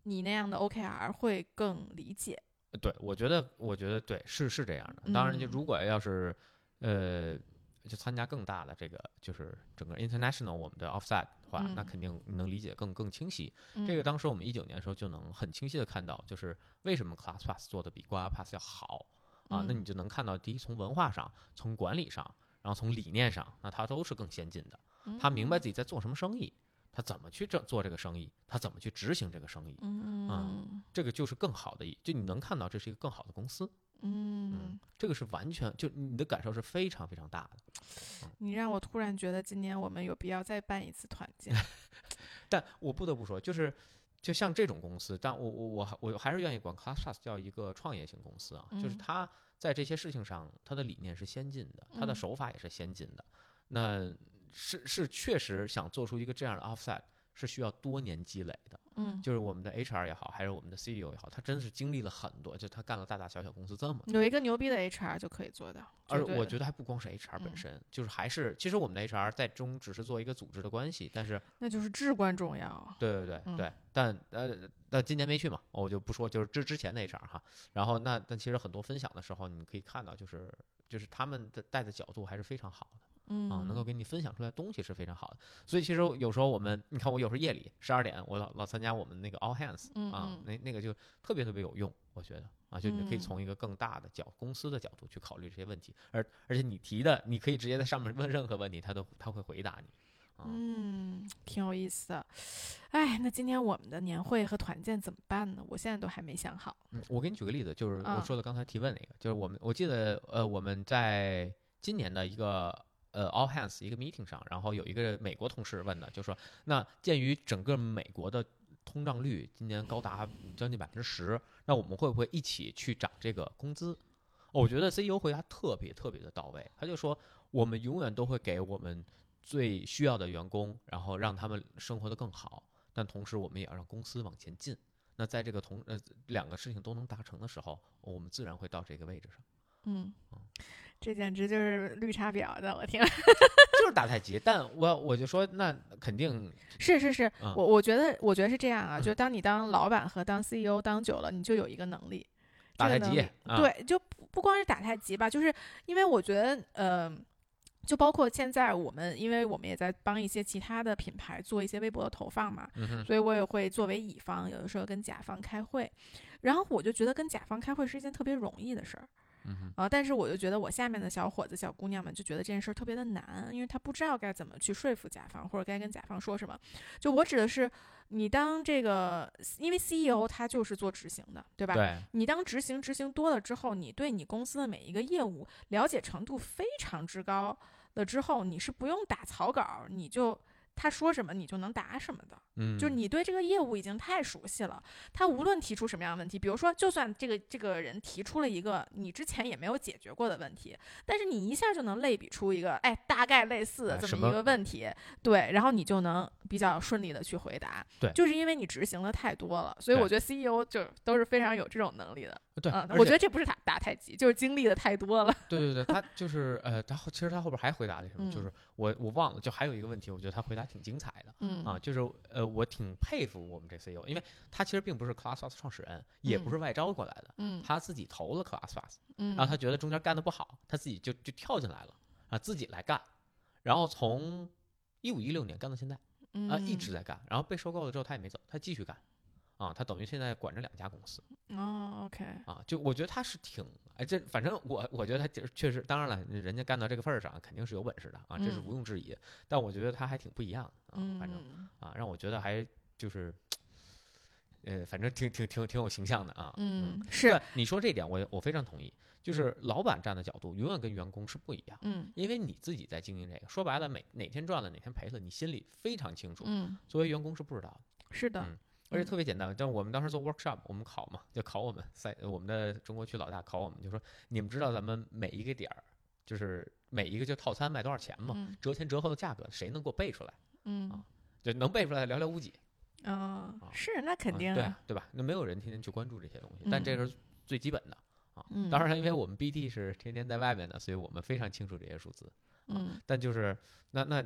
你那样的 O K R 会更理解。 对，我觉得，我觉得对，是是这样的。当然，就如果要是，呃，就参加更大的这个，就是整个 international 我们的 offsite 的话， 嗯、 那肯定能理解更更清晰。 嗯、 这个当时我们一九年的时候就能很清晰的看到，就是为什么 ClassPass 做的比 GuaPass 要好啊？那你就能看到，第一，从文化上，从管理上，然后从理念上，那它都是更先进的。他明白自己在做什么生意。他怎么去做这个生意？他怎么去执行这个生意？ 嗯， 嗯，这个就是更好的，就你能看到这是一个更好的公司。 嗯, 嗯，这个是完全就你的感受是非常非常大的。 嗯、你让我突然觉得今年我们有必要再办一次团建。 但我不得不说，就是就像这种公司，但我我我我还是愿意管 ClassPass 叫一个创业型公司啊， 嗯、 就是它在这些事情上，它的理念是先进的，它的手法也是先进的。嗯、那是是确实想做出一个这样的 offset， 是需要多年积累的。 嗯， 就是我们的 H R 也好，还是我们的 C E O 也好，他真是经历了很多，就他干了大大小小公司这么多， 有一个牛逼的 H R 就可以做到。 而我觉得还不光是 H R 本身，嗯、就是还是其实我们的 H R 在中只是做一个组织的关系，但是那就是至关重要。 对对对、 嗯、 对，但呃但今年没去嘛，我就不说，就是之之前的 H R 哈。然后那但其实很多分享的时候，你可以看到，就是就是他们的带的角度还是非常好的。 嗯啊，能够给你分享出来的东西是非常好的，所以其实有时候我们，你看我有时候夜里十二点，我老老参加我们那个 All Hands 啊， 嗯、 那那个就特别特别有用，我觉得啊，就你可以从一个更大的角公司的角度去考虑这些问题，而而且你提的，你可以直接在上面问任何问题，他都他会回答你。啊、 嗯，挺有意思的。哎，那今年我们的年会和团建怎么办呢？我现在都还没想好。 嗯，我给你举个例子，就是我说的刚才提问那个，啊、就是我们我记得呃我们在今年的一个。呃 ，all hands 一个 meeting 上，然后有一个美国同事问的，就说，那鉴于整个美国的通胀率今年高达将近百分之十，那我们会不会一起去涨这个工资？哦、我觉得 C E O 回答特别特别的到位，他就说，我们永远都会给我们最需要的员工，然后让他们生活得更好，但同时我们也要让公司往前进。那在这个同呃两个事情都能达成的时候，我们自然会到这个位置上。 嗯。嗯，这简直就是绿茶婊的，我天， 就是打太极。但我我就说，那肯定是是是， 嗯、 我我觉得我觉得是这样啊，嗯、就当你当老板和当 C E O 当久了，你就有一个能力， 打太极， 这个啊、 对，就不光是打太极吧，就是因为我觉得，呃。就包括现在我们，因为我们也在帮一些其他的品牌做一些微博的投放嘛， 嗯、 所以我也会作为乙方，有的时候跟甲方开会，然后我就觉得跟甲方开会是一件特别容易的事儿。 嗯啊，但是我就觉得我下面的小伙子、小姑娘们就觉得这件事儿特别的难，因为他不知道该怎么去说服甲方，或者该跟甲方说什么。就我指的是，你当这个，因为 C E O 他就是做执行的，对吧？ 对。 你当执行执行多了之后，你对你公司的每一个业务了解程度非常之高了之后，你是不用打草稿，你就。他说什么你就能答什么的， 嗯， 就是你对这个业务已经太熟悉了。他无论提出什么样的问题，比如说，就算这个这个人提出了一个你之前也没有解决过的问题，但是你一下就能类比出一个，哎，大概类似的这么一个问题，对，然后你就能比较顺利的去回答。 对， 就是因为你执行的太多了，所以我觉得 C E O 就都是非常有这种能力的。 对， 嗯，我觉得这不是打打太极，就是经历的太多了。 对对对，他就是呃，他其实他后边还回答了什么， 嗯、 就是我我忘了，就还有一个问题，我觉得他回答挺精彩的， 嗯啊，就是呃，我挺佩服我们这 C E O， 因为他其实并不是 ClassPass 创始人，也不是外招过来的， 嗯， 他自己投了 ClassPass， 嗯， 然后他觉得中间干的不好，他自己就就跳进来了，啊，自己来干，然后从一五一六年干到现在，啊，一直在干，然后被收购了之后他也没走，他继续干。啊，他等于现在管着两家公司。 哦 ，OK。 啊，就我觉得他是挺，哎，这反正我我觉得他就是确实，当然了，人家干到这个份儿上，肯定是有本事的啊，这是毋庸置疑。嗯、但我觉得他还挺不一样的啊，反正啊，让我觉得还就是，呃，反正挺挺挺挺有形象的啊。 嗯，是。 你说这点我我非常同意，就是老板站的角度永远跟员工是不一样。 嗯， 因为你自己在经营这个，说白了，每哪天赚了哪天赔了，你心里非常清楚。 嗯， 作为员工是不知道的。 是的。 嗯，而且特别简单，就我们当时做 workshop， 我们考嘛，就考我们在我们的中国区老大考我们，就说你们知道咱们每一个点儿，就是每一个就套餐卖多少钱吗？ 嗯、 折前折后的价格，谁能给我背出来？ 嗯啊，就能背出来寥寥无几。 哦、啊，是那肯定、啊嗯、对对吧？那没有人天天去关注这些东西， 嗯、 但这是最基本的啊。 嗯、 当然，因为我们 B D 是天天在外面的，所以我们非常清楚这些数字。 嗯， 但就是那那。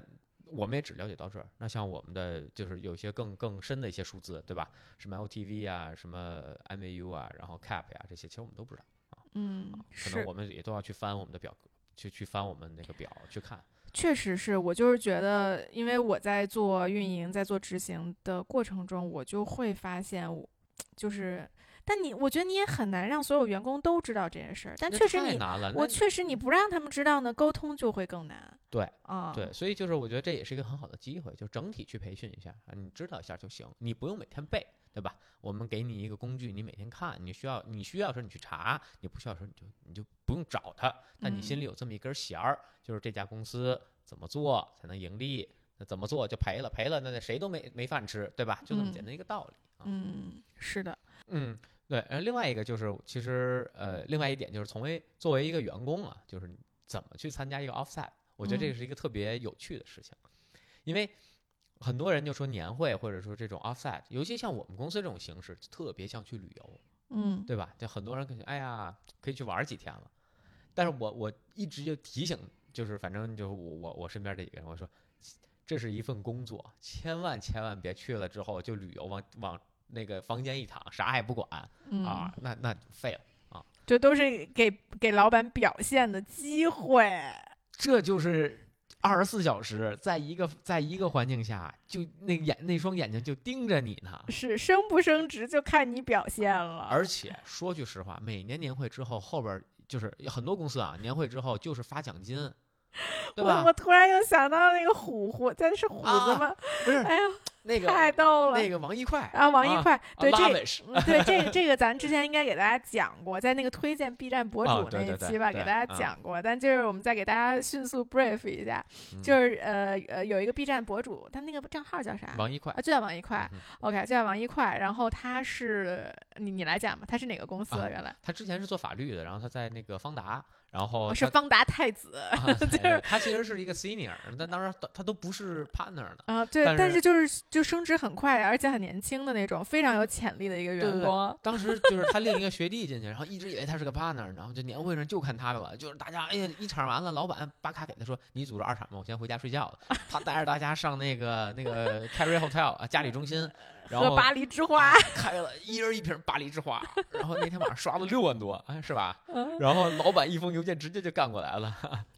我们也只了解到这儿。那像我们的就是有些更更深的一些数字，对吧？什么 L T V 啊，什么 M A U 啊，然后 C A P 呀、啊，这些其实我们都不知道啊。 嗯， 可能我们也都要去翻我们的表格，去去翻我们那个表去看。 确实是我就是觉得，因为我在做运营，在做执行的过程中，我就会发现我，就是，但你，我觉得你也很难让所有员工都知道这件事儿。但确实你，我确实你不让他们知道呢，沟通就会更难。 对啊， 对，所以就是我觉得这也是一个很好的机会，就整体去培训一下啊，你知道一下就行，你不用每天背，对吧？我们给你一个工具，你每天看，你需要你需要的时候你去查，你不需要的时候你就你就不用找它，但你心里有这么一根弦儿，嗯、就是这家公司怎么做才能盈利，那怎么做就赔了，赔了那谁都没没饭吃，对吧？就这么简单一个道理。 嗯，嗯是的， 嗯，对。呃，另外一个就是其实呃，另外一点就是从为作为一个员工啊，就是怎么去参加一个 offsite， 我觉得这是一个特别有趣的事情，嗯、因为。很多人就说年会或者说这种 offsite， 尤其像我们公司这种形式，特别像去旅游， 嗯， 对吧？就很多人感觉哎呀，可以去玩几天了。但是我我一直就提醒，就是反正就是我我我身边这几个人，我说这是一份工作，千万千万别去了之后就旅游往往那个房间一躺，啥也不管、嗯、啊，那那废了啊！ 这都是给给老板表现的机会， 这就是。二十四小时在一个在一个环境下，就那眼那双眼睛就盯着你呢， 是升不升职就看你表现了。 而且说句实话，每年年会之后，后边就是很多公司啊，年会之后就是发奖金，对吧？ 我我突然又想到那个虎虎，咱是虎子吗？啊、 不是， 哎呀。 那个太逗了， 那个王一快啊，王一快， 啊、 对、 啊、 这，对这个这个咱之前应该给大家讲过，在那个推荐 B 站博主那一期吧， 啊、对对对给大家讲过。 啊、 但就是我们再给大家迅速 brief 一下， 嗯、 就是呃呃有一个 B 站博主，他那个账号叫啥？ 王一快啊，就叫王一快。 嗯、 OK， 就叫王一快。然后他是你你来讲吧，他是哪个公司、 啊？ 原来他之前是做法律的，然后他在那个方达。然后、 哦、是方达太子， 啊、就是他其实是一个 senior， 但当然他都不是 partner 的啊，对， 但是但是就是就升职很快，而且很年轻的那种，非常有潜力的一个员工。 对对对，当时就是他另一个学弟进去，然后一直以为他是个 partner， 然后就年会上就看他的了，就是大家哎呀一场完了，老板把卡给他说你组织二场吧，我先回家睡觉了。他带着大家上那个那个 Carry Hotel 啊嘉里中心。然后喝巴黎之花、 啊、开了一人一瓶巴黎之花，然后那天晚上刷了六万多，哎，是吧？然后老板一封邮件直接就干过来了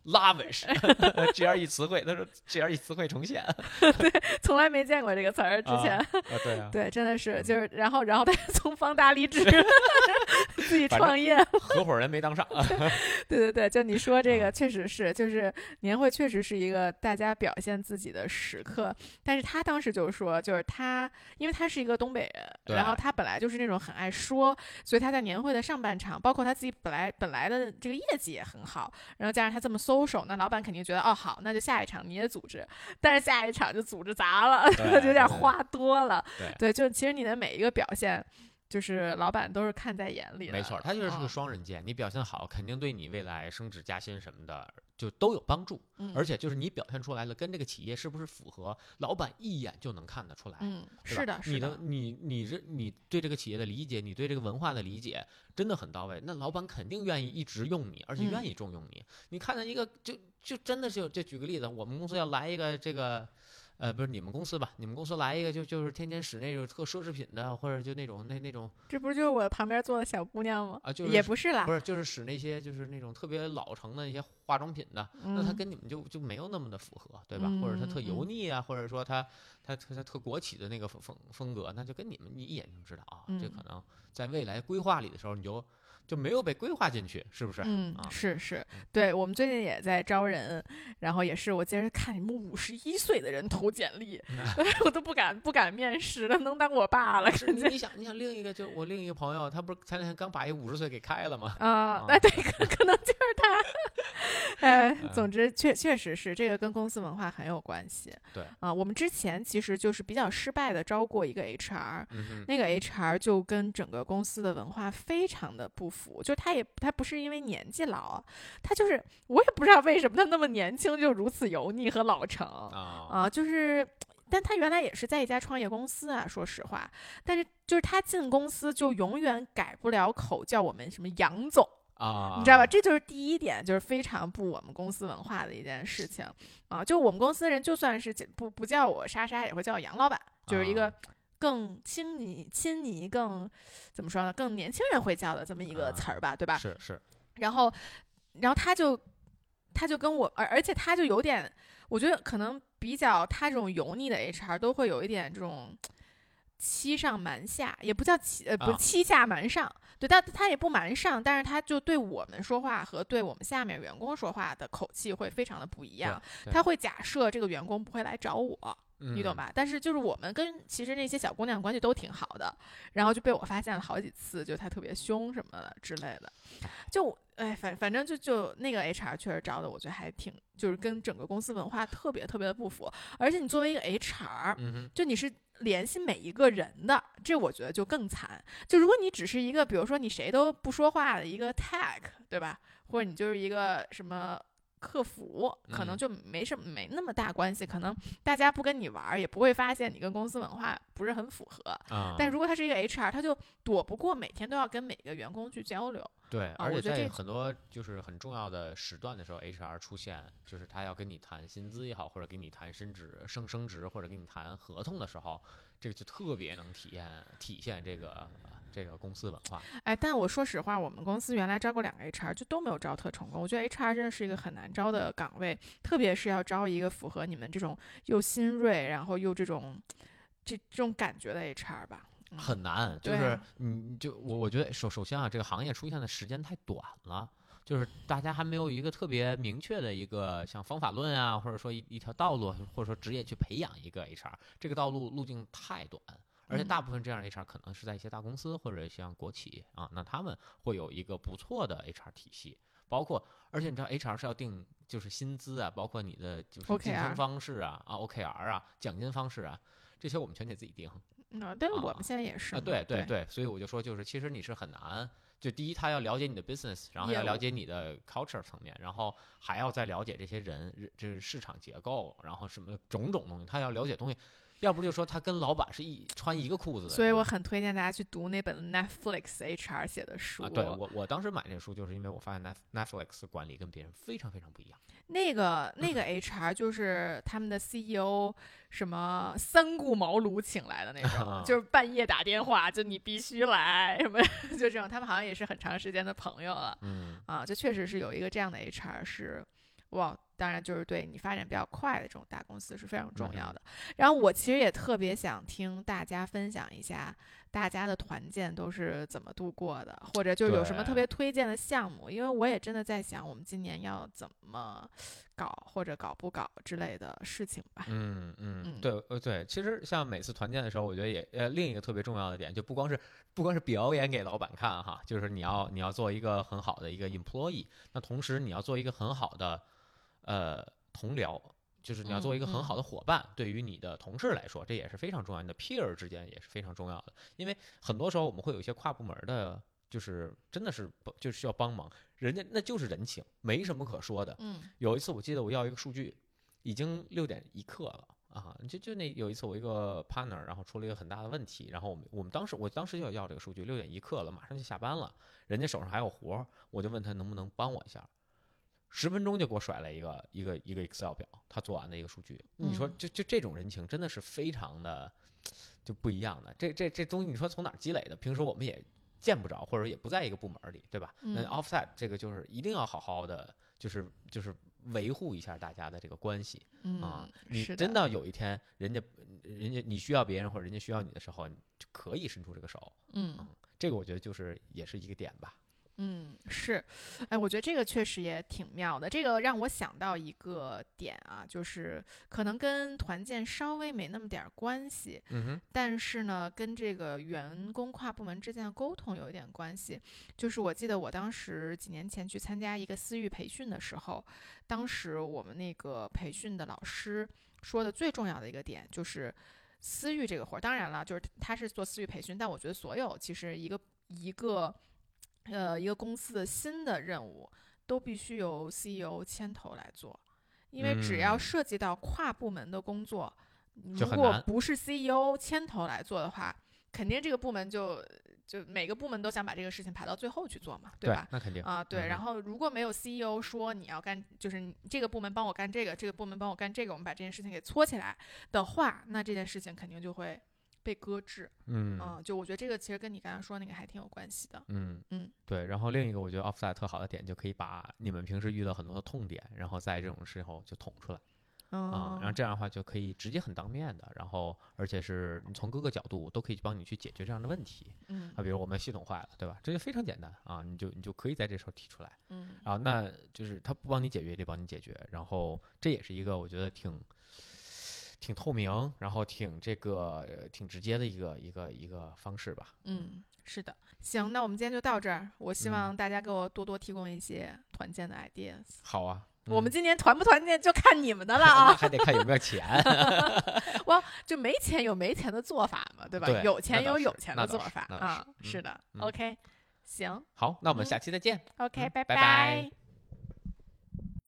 ，lavish，G R E 词汇，他说 G R E 词汇重现， 对，从来没见过这个词儿之前， 啊啊对啊， 对，真的是就是，然后然后他从方达离职，自己创业， 合伙人没当上， 对对对，就你说这个确实是，就是年会确实是一个大家表现自己的时刻，但是他当时就说，就是他，因为他。他是一个东北人，然后他本来就是那种很爱说，所以他在年会的上半场，包括他自己本来本来的这个业绩也很好，然后加上他这么 social， 那老板肯定觉得哦好，那就下一场你也组织，但是下一场就组织砸了，就有点话多了， 对， 对，就其实你的每一个表现。就是老板都是看在眼里的， 没错，他就是个双刃剑、嗯。你表现好，肯定对你未来升职加薪什么的就都有帮助。 嗯、 而且就是你表现出来了，跟这个企业是不是符合，老板一眼就能看得出来。 嗯，是的， 你的你你这你对这个企业的理解，你对这个文化的理解真的很到位，那老板肯定愿意一直用你，而且愿意重用你。嗯、你看到一个就就真的就就举个例子，我们公司要来一个这个。呃，不是你们公司吧？你们公司来一个就就是天天使那种特奢侈品的，或者就那种那那种， 这不是就是我旁边坐的小姑娘吗？ 啊，就是也不是啦， 不是就是使那些就是那种特别老成的那些化妆品的， 嗯、 那他跟你们就就没有那么的符合，对吧？ 嗯、 或者他特油腻啊， 嗯、 或者说他他他他特国企的那个风风格，那就跟你们你一眼就知道啊， 嗯、 这可能在未来规划里的时候你就。就没有被规划进去，是不是？ 嗯， 啊、 是是，对我们最近也在招人，然后也是我接着看你们五十一岁的人投简历，嗯、我都不敢不敢面试了，能当我爸了。 是你想，你想另一个就我另一个朋友，他不是前两天刚把一五十岁给开了吗？ 啊，那、啊、对，可可能就是他。呃，总之确确实是这个跟公司文化很有关系。 对啊，我们之前其实就是比较失败的招过一个 H R，、 嗯、 那个 H R 就跟整个公司的文化非常的不符，就他也他不是因为年纪老，他就是我也不知道为什么他那么年轻就如此油腻和老成、 哦、 啊，就是。但他原来也是在一家创业公司啊，说实话，但是就是他进公司就永远改不了口，叫我们什么杨总啊， 你知道吧？这就是第一点，就是非常不我们公司文化的一件事情啊。就我们公司人，就算是不不叫我莎莎，也会叫我杨老板，就是一个更亲昵、亲昵、更怎么说呢？更年轻人会叫的这么一个词儿吧， 啊、 对吧？ 是是。 然后，然后他就他就跟我，而而且他就有点，我觉得可能比较他这种油腻的 H R 都会有一点这种欺上瞒下，也不叫欺呃不是欺下瞒上，啊、对，但他也不瞒上，但是他就对我们说话和对我们下面员工说话的口气会非常的不一样，他会假设这个员工不会来找我。你懂吧？但是就是我们跟其实那些小姑娘关系都挺好的，然后就被我发现了好几次，就她特别凶什么的之类的。就哎，反反正就就那个 H R 确实招的，我觉得还挺，就是跟整个公司文化特别特别的不符。而且你作为一个 H R，、 嗯、 就你是联系每一个人的，这我觉得就更惨。就如果你只是一个，比如说你谁都不说话的一个 tag， 对吧？或者你就是一个什么客服，可能就没什么没那么大关系，可能大家不跟你玩也不会发现你跟公司文化不是很符合。 啊、 但如果他是一个 H R， 他就躲不过每天都要跟每个员工去交流。 对， 啊、 而且在我觉得这很多就是很重要的时段的时候 ，H R 出现，就是他要跟你谈薪资也好，或者跟你谈升职、升升职，或者跟你谈合同的时候，这个就特别能体验体现这个这个公司文化。 哎，但我说实话，我们公司原来招过两个 H R， 就都没有招特成功。我觉得 H R 真的是一个很难招的岗位，特别是要招一个符合你们这种又新锐，然后又这种这这种感觉的 H R 吧。 很难，就是你就我我觉得首首先啊，这个行业出现的时间太短了，就是大家还没有一个特别明确的一个像方法论啊，或者说一一条道路，或者说职业去培养一个 H R， 这个道路路径太短，而且大部分这样的 H R 可能是在一些大公司或者像国企啊，那他们会有一个不错的 H R 体系，包括而且你知道 H R 是要定就是薪资啊，包括你的就是晋升方式啊啊 O K R 啊奖金方式啊，这些我们全得自己定。 嗯，但是我们现在也是啊，对对对, 对，所以我就说，就是其实你是很难，就第一，他要了解你的 business， 然后要了解你的 culture 层面，然后还要再了解这些人，这是市场结构，然后什么种种东西，他要了解东西，要不就说他跟老板是一穿一个裤子的。 所以我很推荐大家去读那本 Netflix H R 写的书。 啊，对我我当时买这书，就是因为我发现 Netflix 管理跟别人非常非常不一样。 那个那个 H R 就是他们的 C E O 什么三顾茅庐请来的那种，就是半夜打电话，就你必须来什么，就这种。他们好像也是很长时间的朋友了， 嗯啊，就确实是有一个这样的 H R 是，哇，当然就是对你发展比较快的这种大公司是非常重要的。 嗯、 然后我其实也特别想听大家分享一下大家的团建都是怎么度过的，或者就有什么特别推荐的项目，因为我也真的在想我们今年要怎么搞或者搞不搞之类的事情吧。 嗯嗯，对呃对，其实像每次团建的时候，我觉得也呃另一个特别重要的点，就不光是不光是表演给老板看哈，就是你要你要做一个很好的一个 employee， 那同时你要做一个很好的呃同僚。就是你要做一个很好的伙伴，嗯嗯、对于你的同事来说，这也是非常重要的。你的 peer 之间也是非常重要的，因为很多时候我们会有一些跨部门的，就是真的是就需要帮忙，人家那就是人情，没什么可说的。 嗯， 有一次我记得我要一个数据，已经六点一刻了啊，就就那有一次我一个 partner， 然后出了一个很大的问题，然后我们我们当时我当时就要要这个数据，六点一刻了，马上就下班了，人家手上还有活，我就问他能不能帮我一下。十分钟就给我甩了一个一个一个 Excel 表，他做完的一个数据。你说就就这种人情真的是非常的就不一样的。这这这东西你说从哪儿积累的？平时我们也见不着，或者也不在一个部门里，对吧？那 offset 这个就是一定要好好的，就是就是维护一下大家的这个关系啊。你真到有一天人家人家你需要别人或者人家需要你的时候，你就可以伸出这个手。 嗯， 这个我觉得就是也是一个点吧。 嗯，是，哎，我觉得这个确实也挺妙的。这个让我想到一个点啊，就是可能跟团建稍微没那么点关系， 嗯哼， 但是呢，跟这个员工跨部门之间的沟通有一点关系。就是我记得我当时几年前去参加一个私域培训的时候，当时我们那个培训的老师说的最重要的一个点就是私域这个活儿。当然了，就是他是做私域培训，但我觉得所有其实一个一个。呃，一个公司的新的任务都必须由 C E O 牵头来做，因为只要涉及到跨部门的工作， 嗯、 如果不是 C E O 牵头来做的话， 肯定这个部门就就每个部门都想把这个事情排到最后去做嘛，对吧？ 对那肯定啊，对。 嗯、 然后如果没有 C E O 说你要干，就是这个部门帮我干这个，这个部门帮我干这个，我们把这件事情给搓起来的话，那这件事情肯定就会被搁置。 嗯、 呃、就我觉得这个其实跟你刚刚说那个还挺有关系的。 嗯嗯， 对。然后另一个我觉得 offsite 特好的点，就可以把你们平时遇到很多的痛点，然后在这种时候就捅出来。啊、 哦嗯，然后这样的话就可以直接很当面的，然后而且是你从各个角度都可以帮你去解决这样的问题。 嗯啊，比如我们系统坏了，对吧？这就非常简单啊，你就你就可以在这时候提出来。 嗯， 啊，那就是他不帮你解决也得帮你解决，然后这也是一个我觉得挺挺透明，然后挺这个、呃、挺直接的一个一个一个方式吧。 嗯，是的。行，那我们今天就到这儿。我希嗯望大家给我多多提供一些团建的 ideas。 好啊。 我们嗯今年团不团建就看你们的了那啊！ 还得看有没有钱。 哇，就没钱有没钱的做法嘛，对吧？ 对有钱那倒是有有钱那倒是的做法那倒啊， 是嗯是的。 嗯 OK，行好，那我们下期再见。 ，OK， 嗯拜拜拜